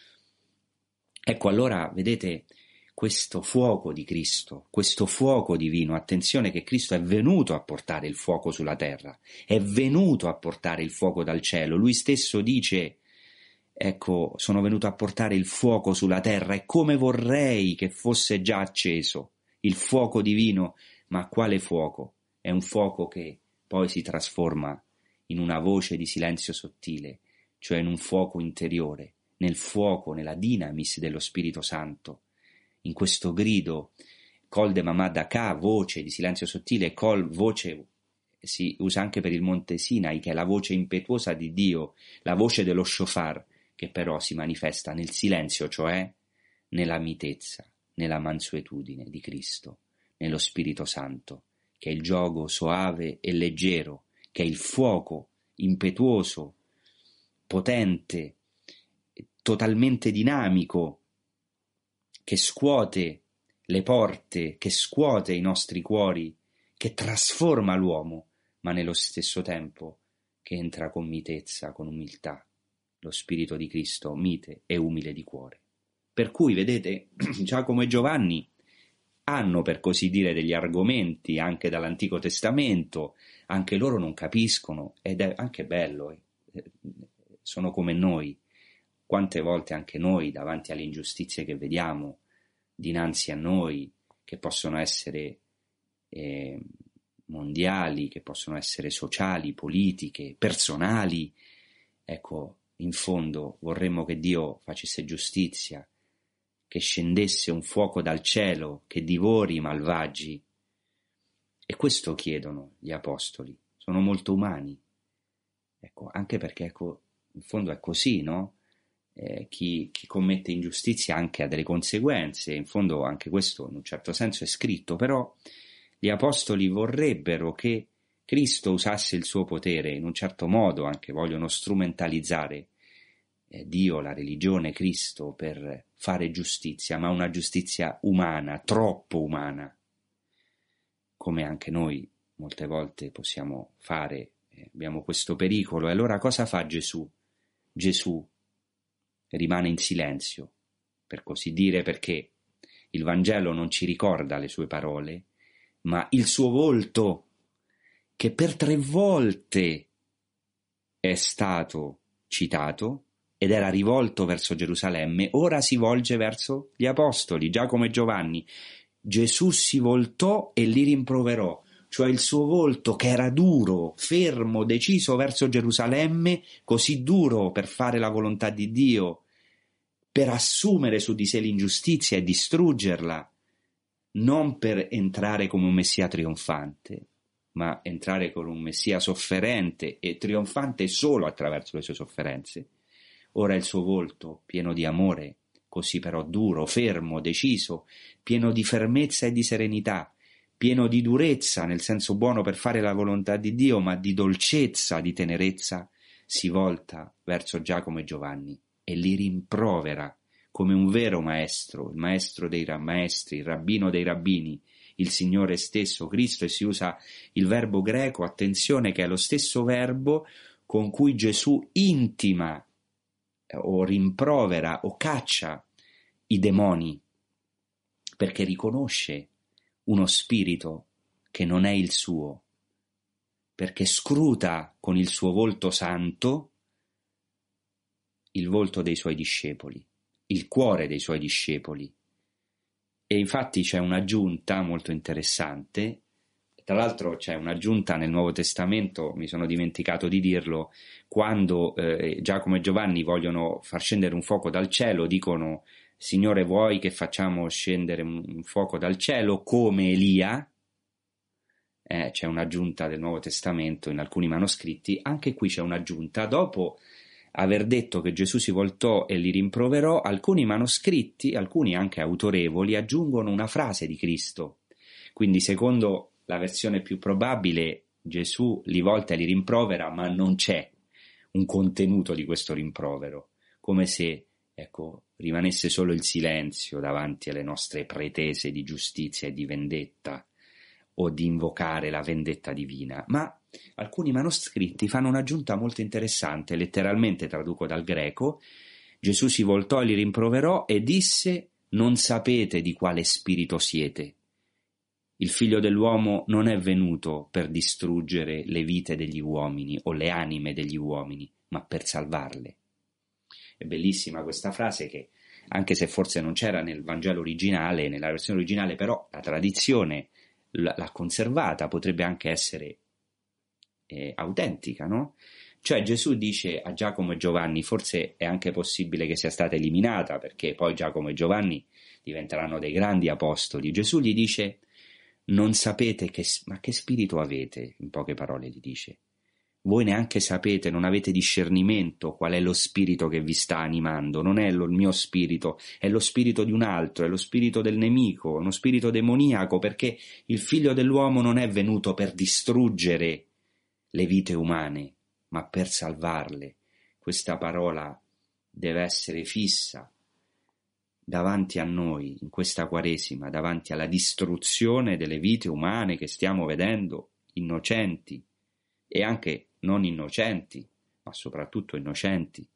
Ecco, allora, vedete, questo fuoco di Cristo, questo fuoco divino, attenzione che Cristo è venuto a portare il fuoco sulla terra, è venuto a portare il fuoco dal cielo. Lui stesso dice: ecco, sono venuto a portare il fuoco sulla terra, e come vorrei che fosse già acceso il fuoco divino. Ma quale fuoco? È un fuoco che poi si trasforma in una voce di silenzio sottile, cioè in un fuoco interiore, nel fuoco, nella dinamis dello Spirito Santo. In questo grido, Kol de Mamadaka, voce di silenzio sottile, Kol, voce, si usa anche per il monte Sinai, che è la voce impetuosa di Dio, la voce dello shofar, che però si manifesta nel silenzio, cioè nella mitezza, nella mansuetudine di Cristo, nello Spirito Santo, che è il giogo soave e leggero, che è il fuoco impetuoso, potente, totalmente dinamico, che scuote le porte, che scuote i nostri cuori, che trasforma l'uomo, ma nello stesso tempo che entra con mitezza, con umiltà. Lo Spirito di Cristo mite e umile di cuore. Per cui, vedete, Giacomo e Giovanni hanno, per così dire, degli argomenti anche dall'Antico Testamento, anche loro non capiscono, ed è anche bello, eh, sono come noi. Quante volte anche noi, davanti alle ingiustizie che vediamo dinanzi a noi, che possono essere eh, mondiali, che possono essere sociali, politiche, personali, ecco, in fondo vorremmo che Dio facesse giustizia, che scendesse un fuoco dal cielo che divori i malvagi. E questo chiedono gli apostoli, sono molto umani, ecco, anche perché ecco, in fondo è così, no? Eh, chi, chi commette ingiustizia anche ha delle conseguenze, in fondo anche questo in un certo senso è scritto, però gli apostoli vorrebbero che Cristo usasse il suo potere in un certo modo, anche vogliono strumentalizzare eh, Dio, la religione, Cristo per fare giustizia, ma una giustizia umana, troppo umana, come anche noi molte volte possiamo fare, eh, abbiamo questo pericolo. E allora cosa fa Gesù? Gesù rimane in silenzio, per così dire, perché il Vangelo non ci ricorda le sue parole, ma il suo volto, che per tre volte è stato citato ed era rivolto verso Gerusalemme, ora si volge verso gli apostoli, Giacomo e Giovanni. Gesù si voltò e li rimproverò, cioè il suo volto che era duro, fermo, deciso verso Gerusalemme, così duro per fare la volontà di Dio, per assumere su di sé l'ingiustizia e distruggerla, non per entrare come un Messia trionfante, ma entrare come un Messia sofferente e trionfante solo attraverso le sue sofferenze. Ora il suo volto, pieno di amore, così però duro, fermo, deciso, pieno di fermezza e di serenità, pieno di durezza nel senso buono per fare la volontà di Dio, ma di dolcezza, di tenerezza, si volta verso Giacomo e Giovanni e li rimprovera come un vero maestro, il maestro dei maestri, il rabbino dei rabbini, il Signore stesso, Cristo, e si usa il verbo greco, attenzione, che è lo stesso verbo con cui Gesù intima o rimprovera o caccia i demoni, perché riconosce uno spirito che non è il suo, perché scruta con il suo volto santo il volto dei suoi discepoli, il cuore dei suoi discepoli. E infatti c'è un'aggiunta molto interessante, tra l'altro c'è un'aggiunta nel Nuovo Testamento, mi sono dimenticato di dirlo, quando eh, Giacomo e Giovanni vogliono far scendere un fuoco dal cielo, dicono: Signore, vuoi che facciamo scendere un, un fuoco dal cielo come Elia? Eh, c'è un'aggiunta del Nuovo Testamento in alcuni manoscritti, anche qui c'è un'aggiunta, dopo aver detto che Gesù si voltò e li rimproverò, alcuni manoscritti, alcuni anche autorevoli, aggiungono una frase di Cristo. Quindi, secondo la versione più probabile, Gesù li volta e li rimprovera, ma non c'è un contenuto di questo rimprovero, come se, ecco, rimanesse solo il silenzio davanti alle nostre pretese di giustizia e di vendetta, o di invocare la vendetta divina. Ma alcuni manoscritti fanno un'aggiunta molto interessante, letteralmente traduco dal greco: Gesù si voltò e li rimproverò e disse: non sapete di quale spirito siete. Il figlio dell'uomo non è venuto per distruggere le vite degli uomini o le anime degli uomini, ma per salvarle. È bellissima questa frase, che anche se forse non c'era nel Vangelo originale, nella versione originale, però la tradizione l'ha conservata, potrebbe anche essere eh, autentica, no? Cioè Gesù dice a Giacomo e Giovanni, forse è anche possibile che sia stata eliminata, perché poi Giacomo e Giovanni diventeranno dei grandi apostoli. Gesù gli dice: non sapete che, ma che spirito avete, in poche parole gli dice. Voi neanche sapete, non avete discernimento qual è lo spirito che vi sta animando. Non è lo, il mio spirito, è lo spirito di un altro, è lo spirito del nemico, uno spirito demoniaco, perché il figlio dell'uomo non è venuto per distruggere le vite umane, ma per salvarle. Questa parola deve essere fissa davanti a noi in questa Quaresima, davanti alla distruzione delle vite umane che stiamo vedendo, innocenti e anche non innocenti, ma soprattutto innocenti.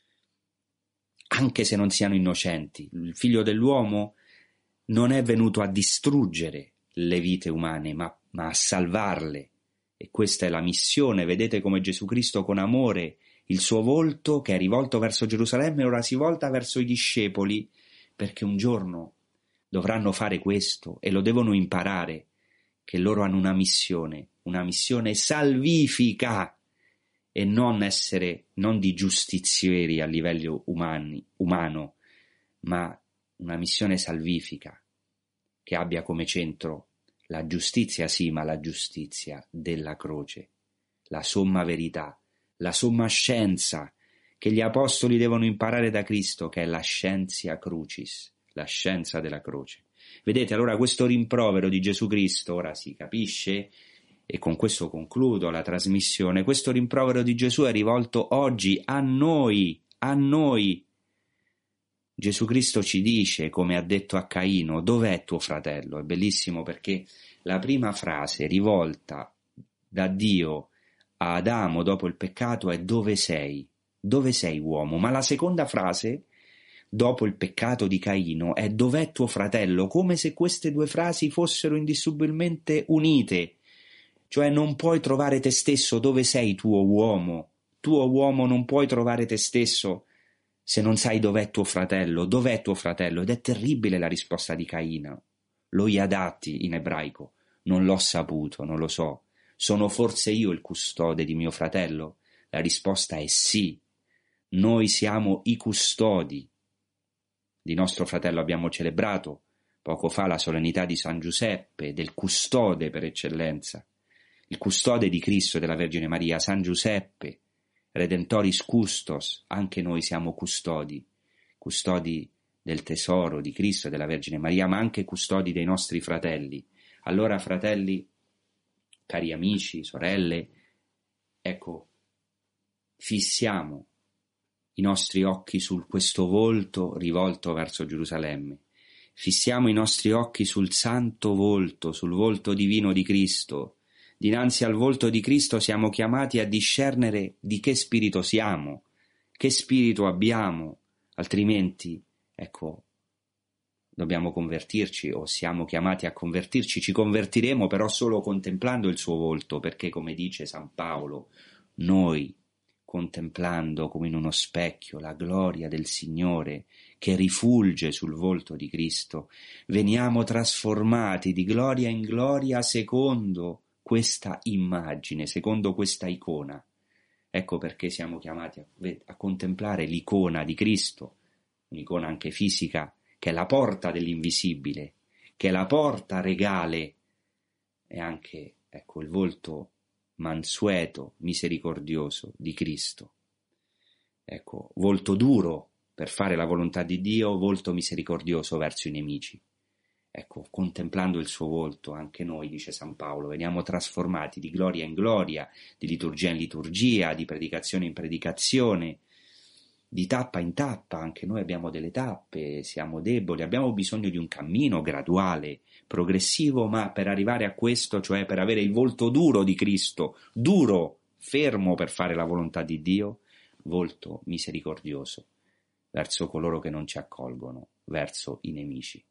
Anche se non siano innocenti, il Figlio dell'uomo non è venuto a distruggere le vite umane, ma, ma a salvarle. E questa è la missione. Vedete come Gesù Cristo con amore, il suo volto che è rivolto verso Gerusalemme, ora si volta verso i discepoli, perché un giorno dovranno fare questo e lo devono imparare, che loro hanno una missione, una missione salvifica, e non essere, non di giustizieri a livello umani, umano, ma una missione salvifica che abbia come centro la giustizia, sì, ma la giustizia della croce, la somma verità, la somma scienza che gli apostoli devono imparare da Cristo, che è la scientia crucis, la scienza della croce. Vedete, allora questo rimprovero di Gesù Cristo, ora si capisce, e con questo concludo la trasmissione, questo rimprovero di Gesù è rivolto oggi a noi, a noi. Gesù Cristo ci dice, come ha detto a Caino, dov'è tuo fratello? È bellissimo perché la prima frase rivolta da Dio a Adamo dopo il peccato è dove sei? Dove sei uomo? Ma la seconda frase, dopo il peccato di Caino, è dov'è tuo fratello? Come se queste due frasi fossero indissolubilmente unite. Cioè non puoi trovare te stesso dove sei tuo uomo. Tuo uomo non puoi trovare te stesso se non sai dov'è tuo fratello. Dov'è tuo fratello? Ed è terribile la risposta di Caino. Lo iadati in ebraico. Non l'ho saputo, non lo so. Sono forse io il custode di mio fratello? La risposta è sì. Noi siamo i custodi di nostro fratello. Abbiamo celebrato poco fa la solennità di San Giuseppe, del custode per eccellenza. Il custode di Cristo e della Vergine Maria, San Giuseppe, Redentoris Custos, anche noi siamo custodi, custodi del tesoro di Cristo e della Vergine Maria, ma anche custodi dei nostri fratelli. Allora, fratelli, cari amici, sorelle, ecco, fissiamo i nostri occhi su questo volto rivolto verso Gerusalemme, fissiamo i nostri occhi sul santo volto, sul volto divino di Cristo. Dinanzi al volto di Cristo siamo chiamati a discernere di che spirito siamo, che spirito abbiamo, altrimenti, ecco, dobbiamo convertirci o siamo chiamati a convertirci. Ci convertiremo però solo contemplando il suo volto, perché come dice San Paolo, noi contemplando come in uno specchio la gloria del Signore che rifulge sul volto di Cristo, veniamo trasformati di gloria in gloria secondo questa immagine, secondo questa icona. Ecco perché siamo chiamati a, a contemplare l'icona di Cristo, un'icona anche fisica, che è la porta dell'invisibile, che è la porta regale, e anche, ecco, il volto mansueto, misericordioso di Cristo. Ecco, volto duro per fare la volontà di Dio, volto misericordioso verso i nemici. Ecco, contemplando il suo volto, anche noi, dice San Paolo, veniamo trasformati di gloria in gloria, di liturgia in liturgia, di predicazione in predicazione, di tappa in tappa. Anche noi abbiamo delle tappe, siamo deboli, abbiamo bisogno di un cammino graduale, progressivo, ma per arrivare a questo, cioè per avere il volto duro di Cristo, duro, fermo per fare la volontà di Dio, volto misericordioso verso coloro che non ci accolgono, verso i nemici.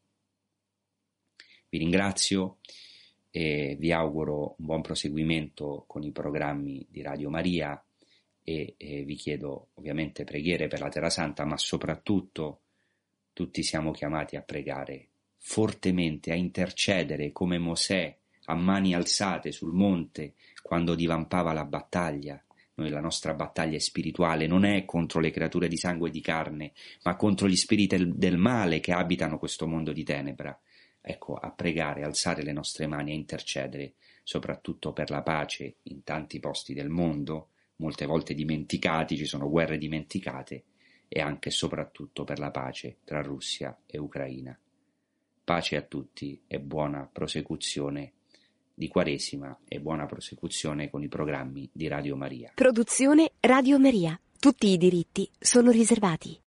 Vi ringrazio e vi auguro un buon proseguimento con i programmi di Radio Maria e, e vi chiedo ovviamente preghiere per la Terra Santa, ma soprattutto tutti siamo chiamati a pregare fortemente, a intercedere come Mosè a mani alzate sul monte quando divampava la battaglia. Noi la nostra battaglia è spirituale, non è contro le creature di sangue e di carne, ma contro gli spiriti del male che abitano questo mondo di tenebra. Ecco, a pregare, alzare le nostre mani, a intercedere, soprattutto per la pace in tanti posti del mondo, molte volte dimenticati, ci sono guerre dimenticate, e anche e soprattutto per la pace tra Russia e Ucraina. Pace a tutti e buona prosecuzione di Quaresima e buona prosecuzione con i programmi di Radio Maria. Produzione Radio Maria. Tutti i diritti sono riservati.